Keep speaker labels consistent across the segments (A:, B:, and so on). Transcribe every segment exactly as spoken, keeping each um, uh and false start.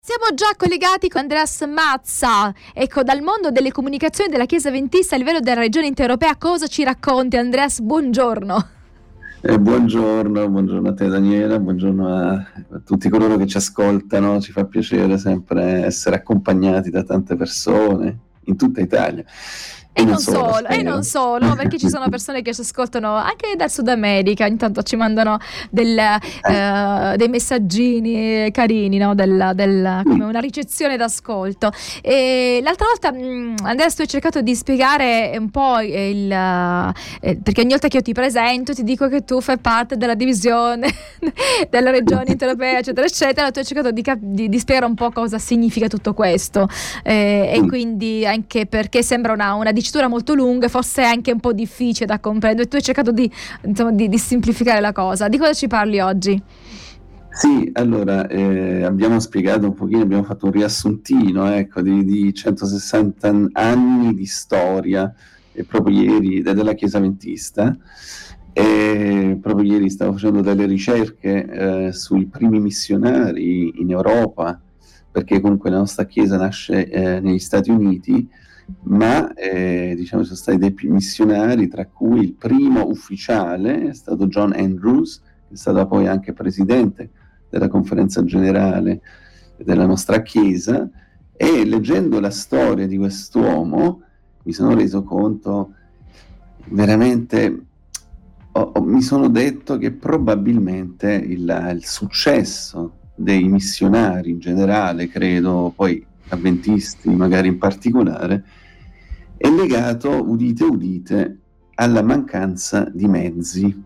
A: Siamo già collegati con Andreas Mazza, ecco, dal mondo delle comunicazioni della Chiesa Adventista a livello della regione intereuropea. Cosa ci racconti, Andreas? Buongiorno.
B: Eh, buongiorno, buongiorno a te Daniela, buongiorno a, a tutti coloro che ci ascoltano. Ci fa piacere sempre essere accompagnati da tante persone in tutta Italia.
A: E, e non solo, solo e non solo, perché ci sono persone che ci ascoltano anche dal Sud America, intanto ci mandano del, eh, dei messaggini carini, no? del, del, come una ricezione d'ascolto. E l'altra volta, mh, Andrea, tu hai cercato di spiegare un po' il, eh, perché ogni volta che io ti presento ti dico che tu fai parte della divisione della regione intereuropea, eccetera, eccetera. Tu hai cercato di, cap- di, di spiegare un po' cosa significa tutto questo, eh, e quindi anche perché sembra una, una dicitura molto lunga, forse anche un po' difficile da comprendere. Tu hai cercato di, insomma, di, di semplificare la cosa. Di cosa ci parli oggi?
B: Sì, allora eh, abbiamo spiegato un pochino, abbiamo fatto un riassuntino, ecco, di, di centosessanta anni di storia, e proprio ieri della Chiesa Adventista. E proprio ieri stavo facendo delle ricerche eh, sui primi missionari in Europa, perché comunque la nostra Chiesa nasce eh, negli Stati Uniti, ma eh, diciamo ci sono stati dei missionari, tra cui il primo ufficiale è stato John Andrews, che è stato poi anche presidente della conferenza generale della nostra Chiesa. E leggendo la storia di quest'uomo mi sono reso conto veramente, ho, ho, mi sono detto che probabilmente il, il successo dei missionari in generale, credo poi avventisti magari in particolare, è legato, udite udite, alla mancanza di mezzi,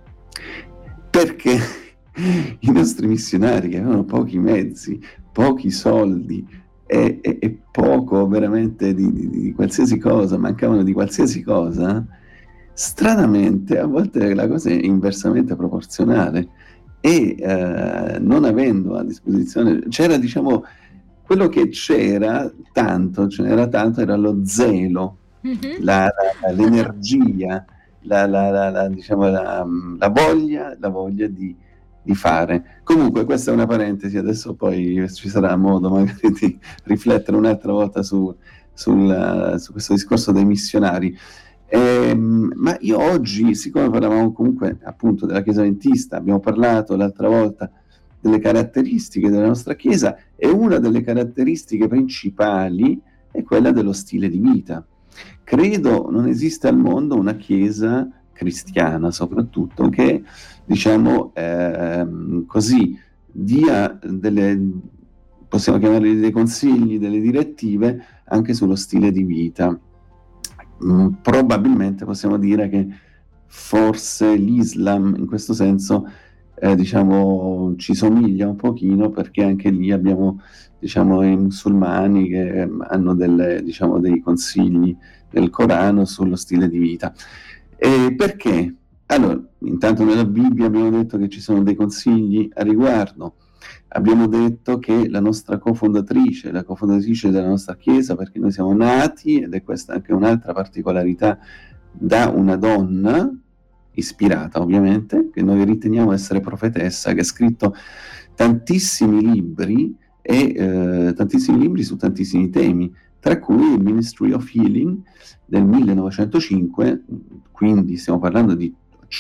B: perché i nostri missionari, che avevano pochi mezzi, pochi soldi e, e, e poco veramente di, di, di qualsiasi cosa, mancavano di qualsiasi cosa, stranamente a volte la cosa è inversamente proporzionale, e eh, non avendo a disposizione, c'era, diciamo, quello che c'era tanto, ce n'era tanto, era lo zelo, mm-hmm. la, la, l'energia, la, la, la, la, diciamo, la, la voglia, la voglia di, di fare. Comunque questa è una parentesi, adesso poi ci sarà modo magari di riflettere un'altra volta su, sul, su questo discorso dei missionari. Eh, ma io oggi, siccome parlavamo comunque appunto della Chiesa Adventista, abbiamo parlato l'altra volta delle caratteristiche della nostra Chiesa, e una delle caratteristiche principali è quella dello stile di vita. Credo non esista al mondo una Chiesa cristiana, soprattutto, che, diciamo, ehm, così dia delle, possiamo chiamarli dei consigli, delle direttive anche sullo stile di vita. Mm, probabilmente possiamo dire che forse l'Islam in questo senso eh, diciamo ci somiglia un pochino, perché anche lì abbiamo, diciamo, i musulmani che hanno delle, diciamo, dei consigli del Corano sullo stile di vita. E perché? Allora, intanto nella Bibbia abbiamo detto che ci sono dei consigli a riguardo. Abbiamo detto che la nostra cofondatrice, la cofondatrice della nostra Chiesa, perché noi siamo nati, ed è questa anche un'altra particolarità, da una donna ispirata, ovviamente, che noi riteniamo essere profetessa, che ha scritto tantissimi libri, e eh, tantissimi libri su tantissimi temi, tra cui il Ministry of Healing del millenovecentocinque, quindi stiamo parlando di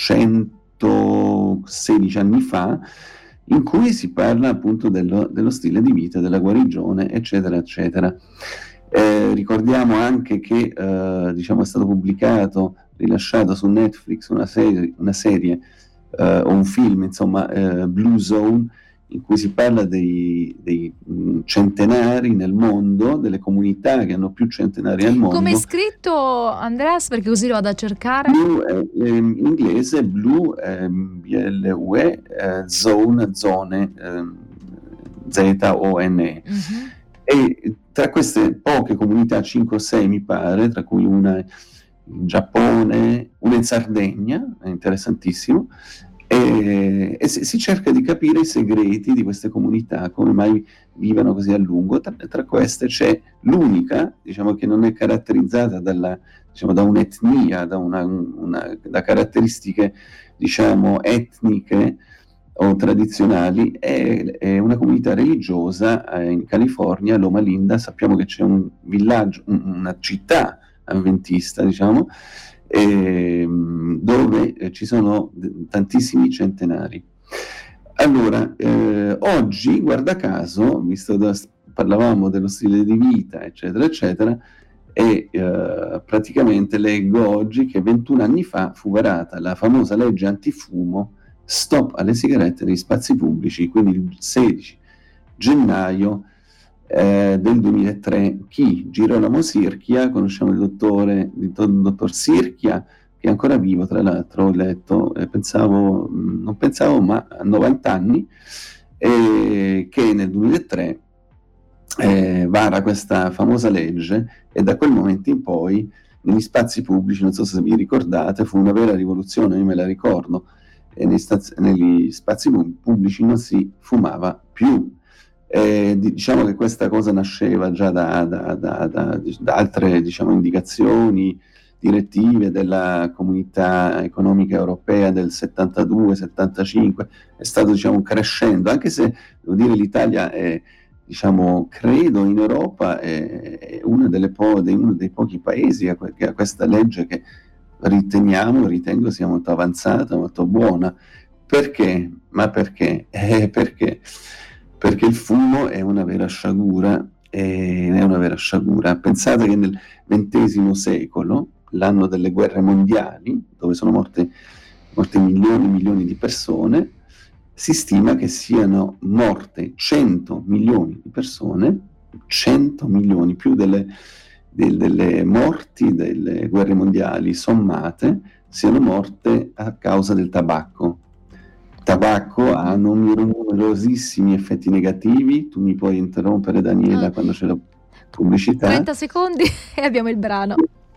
B: centosedici anni fa, in cui si parla appunto dello, dello stile di vita, della guarigione, eccetera, eccetera. Eh, ricordiamo anche che eh, diciamo, è stato pubblicato, rilasciato su Netflix una serie, una serie eh, o un film, insomma, eh, Blue Zone, in cui si parla dei, dei mh, centenari nel mondo, delle comunità che hanno più centenari al mondo.
A: Come è scritto, Andreas, perché così lo vado a cercare?
B: Blue, eh, in inglese Blue, eh, B L U E, eh, Zone, zone, eh, Z O N E. Mm-hmm. E tra queste poche comunità, cinque o sei mi pare, tra cui una in Giappone, una in Sardegna, è interessantissimo, e, e si, si cerca di capire i segreti di queste comunità, come mai vivono così a lungo. Tra, tra queste c'è l'unica, diciamo, che non è caratterizzata dalla, diciamo, da un'etnia, da, una, una, da caratteristiche, diciamo, etniche o tradizionali, è, è una comunità religiosa eh, in California, Loma Linda. Sappiamo che c'è un villaggio, un, una città avventista, diciamo, eh, dove eh, ci sono tantissimi centenari. Allora, eh, oggi, guarda caso, visto che parlavamo dello stile di vita, eccetera, eccetera, e eh, praticamente leggo oggi che ventuno anni fa fu varata la famosa legge antifumo, stop alle sigarette negli spazi pubblici, quindi il sedici gennaio eh, del duemilatré. Chi? Girolamo Sirchia, conosciamo il dottore, il dottor Sirchia, che è ancora vivo, tra l'altro, ho letto, eh, pensavo, non pensavo, ma a novanta anni, eh, che nel duemilatré eh, vara questa famosa legge, e da quel momento in poi negli spazi pubblici, non so se vi ricordate, fu una vera rivoluzione, io me la ricordo, e negli, staz- negli spazi pubblici non si fumava più. Eh, diciamo che questa cosa nasceva già da, da, da, da, da altre, diciamo, indicazioni, direttive della Comunità Economica Europea del settantadue settantacinque, è stato, diciamo, crescendo, anche se devo dire l'Italia è, diciamo, credo in Europa è, è una delle po- dei, uno dei pochi paesi che ha questa legge che riteniamo, ritengo sia molto avanzata, molto buona. Perché? Ma perché? Eh, perché? Perché il fumo è una vera sciagura, eh, è una vera sciagura. Pensate che nel ventesimo secolo, l'anno delle guerre mondiali, dove sono morte, morte milioni e milioni di persone, si stima che siano morte cento milioni di persone, cento milioni, più delle, del, delle morti delle guerre mondiali sommate, siano morte a causa del tabacco. Tabacco ha numerosissimi effetti negativi. Tu mi puoi interrompere, Daniela,
A: Ah.
B: quando c'è la pubblicità.
A: trenta secondi e abbiamo il brano.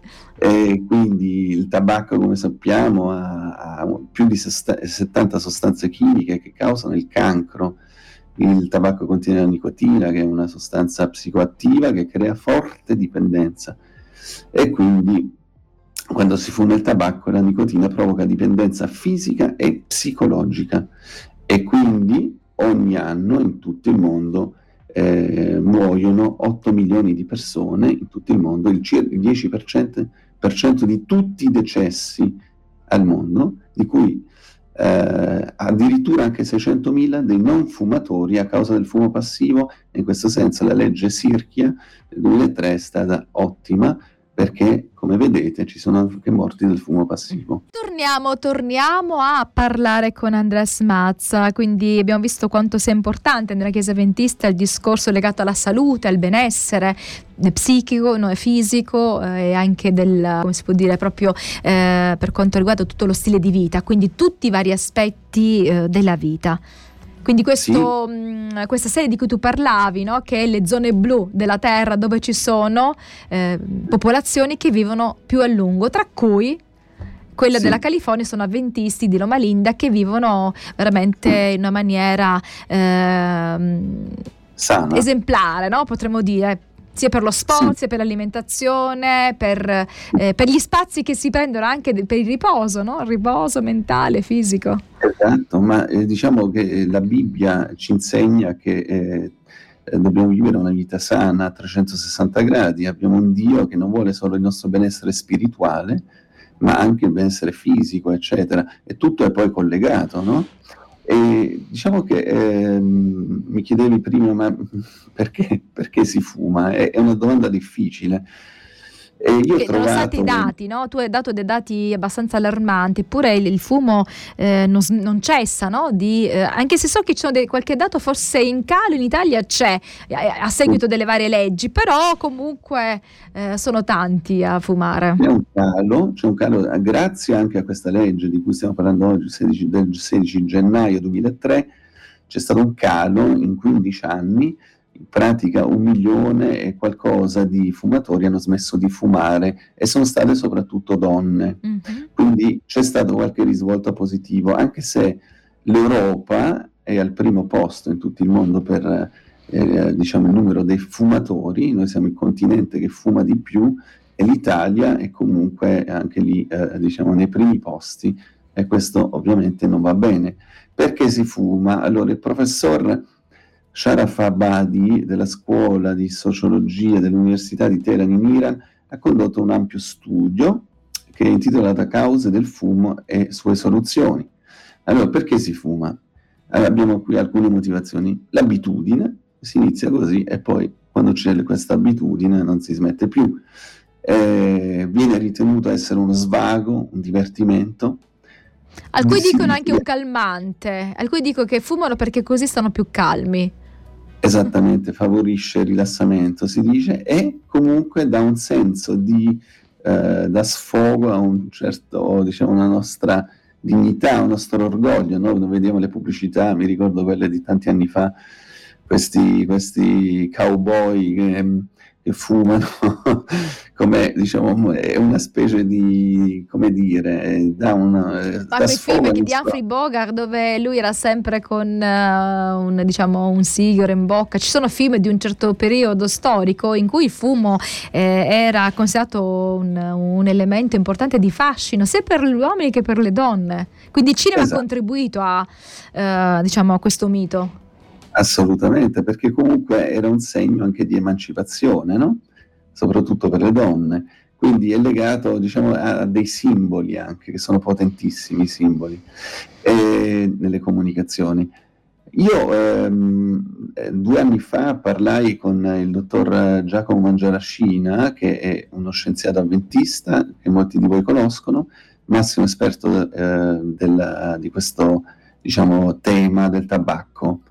B: E quindi il tabacco, come sappiamo, ha, ha più di settanta sostanze chimiche che causano il cancro. Il tabacco contiene la nicotina, che è una sostanza psicoattiva che crea forte dipendenza, e quindi quando si fuma il tabacco la nicotina provoca dipendenza fisica e psicologica, e quindi ogni anno in tutto il mondo eh, muoiono otto milioni di persone in tutto il mondo, il, il dieci per cento, per cento di tutti i decessi al mondo, di cui eh, addirittura anche seicentomila dei non fumatori a causa del fumo passivo. In questo senso la legge Sirchia del duemilatré è stata ottima, perché, come vedete, ci sono anche morti del fumo passivo.
A: Torniamo, torniamo a parlare con Andres Mazza. Quindi abbiamo visto quanto sia importante nella Chiesa Adventista il discorso legato alla salute, al benessere psichico, no, fisico, eh, e anche del, come si può dire, proprio eh, per quanto riguarda tutto lo stile di vita, quindi tutti i vari aspetti eh, della vita. Quindi questo, sì. mh, questa serie di cui tu parlavi, no? Che è le zone blu della Terra, dove ci sono eh, popolazioni che vivono più a lungo, tra cui quella sì. della California sono avventisti di Loma Linda, che vivono veramente in una maniera eh,
B: sana,
A: esemplare, no? Potremmo dire, sia per lo sport, sì. sia per l'alimentazione, per, eh, per gli spazi che si prendono anche de- per il riposo, no? Il riposo mentale, fisico.
B: Esatto, ma eh, diciamo che la Bibbia ci insegna che eh, dobbiamo vivere una vita sana a trecentosessanta gradi. Abbiamo un Dio che non vuole solo il nostro benessere spirituale, ma anche il benessere fisico, eccetera, e tutto è poi collegato, no? E diciamo che ehm, mi chiedevi prima, ma perché, perché si fuma? È, è una domanda difficile. E io ho trovato...
A: Nonostante i dati, no? Tu hai dato dei dati abbastanza allarmanti, eppure il, il fumo eh, non, non cessa, no? Di, eh, anche se so che c'è dei, qualche dato forse in calo in Italia c'è, a, a seguito delle varie leggi, però comunque eh, sono tanti a fumare.
B: C'è un calo, c'è un calo grazie anche a questa legge di cui stiamo parlando oggi, sedici, del sedici gennaio duemilatré, c'è stato un calo in quindici anni. In pratica un milione e qualcosa di fumatori hanno smesso di fumare, e sono state soprattutto donne. Mm-hmm. Quindi c'è stato qualche risvolto positivo, anche se l'Europa è al primo posto in tutto il mondo per eh, diciamo il numero dei fumatori. Noi siamo il continente che fuma di più, e l'Italia è comunque anche lì eh, diciamo nei primi posti e questo ovviamente non va bene. Perché si fuma? Allora, il professor Sharaf Abadi della scuola di sociologia dell'Università di Teheran in Iran ha condotto un ampio studio che è intitolato Cause del fumo e sue soluzioni. Allora, perché si fuma? Allora, abbiamo qui alcune motivazioni. L'abitudine, si inizia così e poi quando c'è questa abitudine non si smette più. Eh, viene ritenuto essere uno svago, un divertimento.
A: Alcuni dicono anche un calmante, alcuni dicono che fumano perché così stanno più calmi.
B: Esattamente, favorisce il rilassamento, si dice, e comunque dà un senso di eh, da sfogo a un certo, diciamo, una nostra dignità, un nostro orgoglio, no? Noi vediamo le pubblicità, mi ricordo quelle di tanti anni fa, questi, questi cowboy che, che fumano, come diciamo, è una specie di, come dire, da una...
A: Ma quei film di Humphrey Bogart dove lui era sempre con uh, un, diciamo, un sigaro in bocca, ci sono film di un certo periodo storico in cui il fumo eh, era considerato un, un elemento importante di fascino sia per gli uomini che per le donne, quindi il cinema esatto. ha contribuito a, uh, diciamo, a questo mito.
B: Assolutamente, perché comunque era un segno anche di emancipazione, no? Soprattutto per le donne, quindi è legato, diciamo, a dei simboli anche, che sono potentissimi i simboli eh, nelle comunicazioni. Io ehm, due anni fa parlai con il dottor Giacomo Mangiarascina, che è uno scienziato avventista, che molti di voi conoscono, massimo esperto eh, della, di questo, diciamo, tema del tabacco.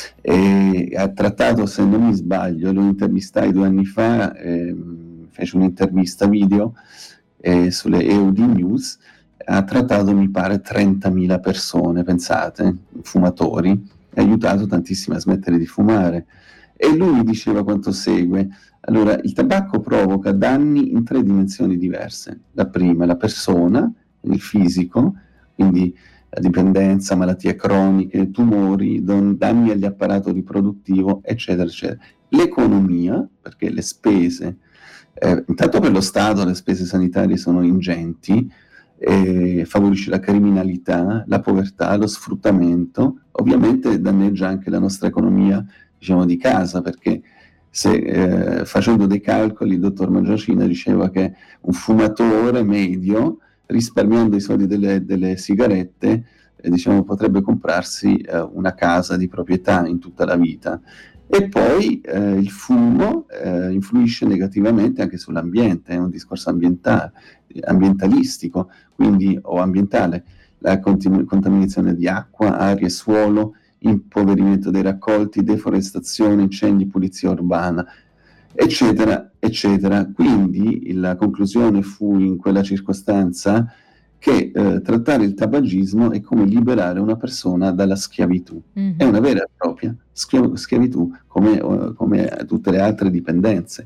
B: E ha trattato, se non mi sbaglio, lo intervistai due anni fa, ehm, fece un'intervista video eh, sulle E U D News, ha trattato mi pare trentamila persone, pensate, fumatori, e ha aiutato tantissimi a smettere di fumare. E lui diceva quanto segue: allora, il tabacco provoca danni in tre dimensioni diverse. La prima, la persona, il fisico, quindi la dipendenza, malattie croniche, tumori, don, danni all'apparato riproduttivo, eccetera, eccetera. L'economia, perché le spese, eh, intanto per lo Stato le spese sanitarie sono ingenti, eh, favorisce la criminalità, la povertà, lo sfruttamento, ovviamente danneggia anche la nostra economia, diciamo, di casa, perché se eh, facendo dei calcoli il dottor Mangiarascina diceva che un fumatore medio, risparmiando i soldi delle, delle sigarette, eh, diciamo, potrebbe comprarsi eh, una casa di proprietà in tutta la vita. E poi eh, il fumo eh, influisce negativamente anche sull'ambiente, è un discorso ambientale, ambientalistico, quindi, o ambientale, la continu- contaminazione di acqua, aria e suolo, impoverimento dei raccolti, deforestazione, incendi, pulizia urbana, eccetera, eccetera. Quindi la conclusione fu in quella circostanza che eh, trattare il tabagismo è come liberare una persona dalla schiavitù. Mm-hmm. È una vera e propria schiav- schiavitù, come, uh, come tutte le altre dipendenze.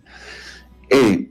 B: E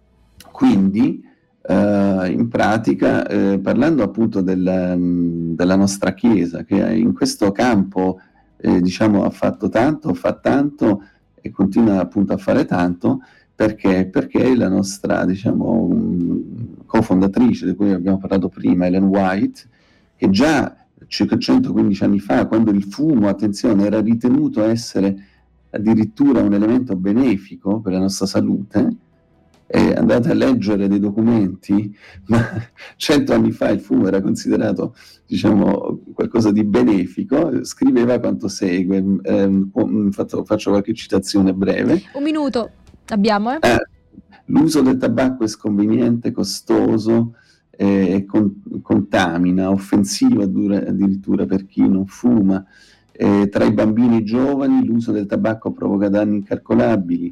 B: quindi uh, in pratica, eh, parlando appunto del, um, della nostra Chiesa, che in questo campo eh, diciamo ha fatto tanto, fa tanto e continua appunto a fare tanto, perché perché la nostra, diciamo, cofondatrice di cui abbiamo parlato prima, Ellen White, che già circa centoquindici anni fa, quando il fumo, attenzione, era ritenuto essere addirittura un elemento benefico per la nostra salute, e andate a leggere dei documenti, ma cento anni fa il fumo era considerato, diciamo, qualcosa di benefico, scriveva quanto segue, eh, faccio, faccio qualche citazione breve.
A: Un minuto abbiamo, eh?
B: eh L'uso del tabacco è sconveniente, costoso, eh, con, contamina, offensivo addirittura per chi non fuma. Eh, tra i bambini e i giovani l'uso del tabacco provoca danni incalcolabili.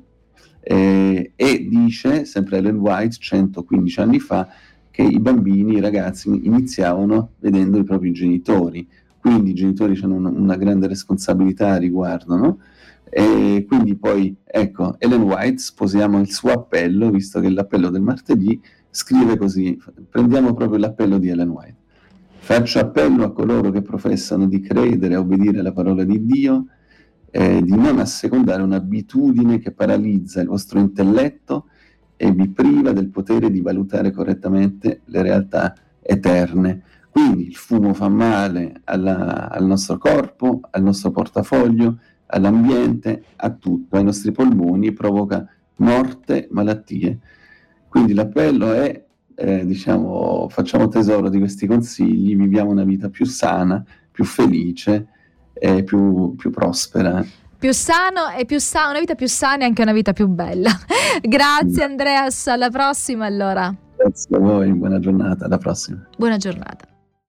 B: Eh, e dice, sempre Ellen White, centoquindici anni fa, che i bambini, i ragazzi iniziavano vedendo i propri genitori, quindi i genitori hanno una, una grande responsabilità a riguardo, no? E quindi poi, ecco, Ellen White, sposiamo il suo appello, visto che è l'appello del martedì, scrive così, prendiamo proprio l'appello di Ellen White: faccio appello a coloro che professano di credere e obbedire alla parola di Dio, eh, di non assecondare un'abitudine che paralizza il vostro intelletto e vi priva del potere di valutare correttamente le realtà eterne. Quindi il fumo fa male alla, al nostro corpo, al nostro portafoglio, all'ambiente, a tutto, ai nostri polmoni, provoca morte, malattie. Quindi l'appello è, eh, diciamo, facciamo tesoro di questi consigli, viviamo una vita più sana, più felice e più, più prospera.
A: Più sano e più sa- una vita più sana e anche una vita più bella. Grazie Andreas, alla prossima allora.
B: Grazie a voi, buona giornata, alla prossima.
A: Buona giornata.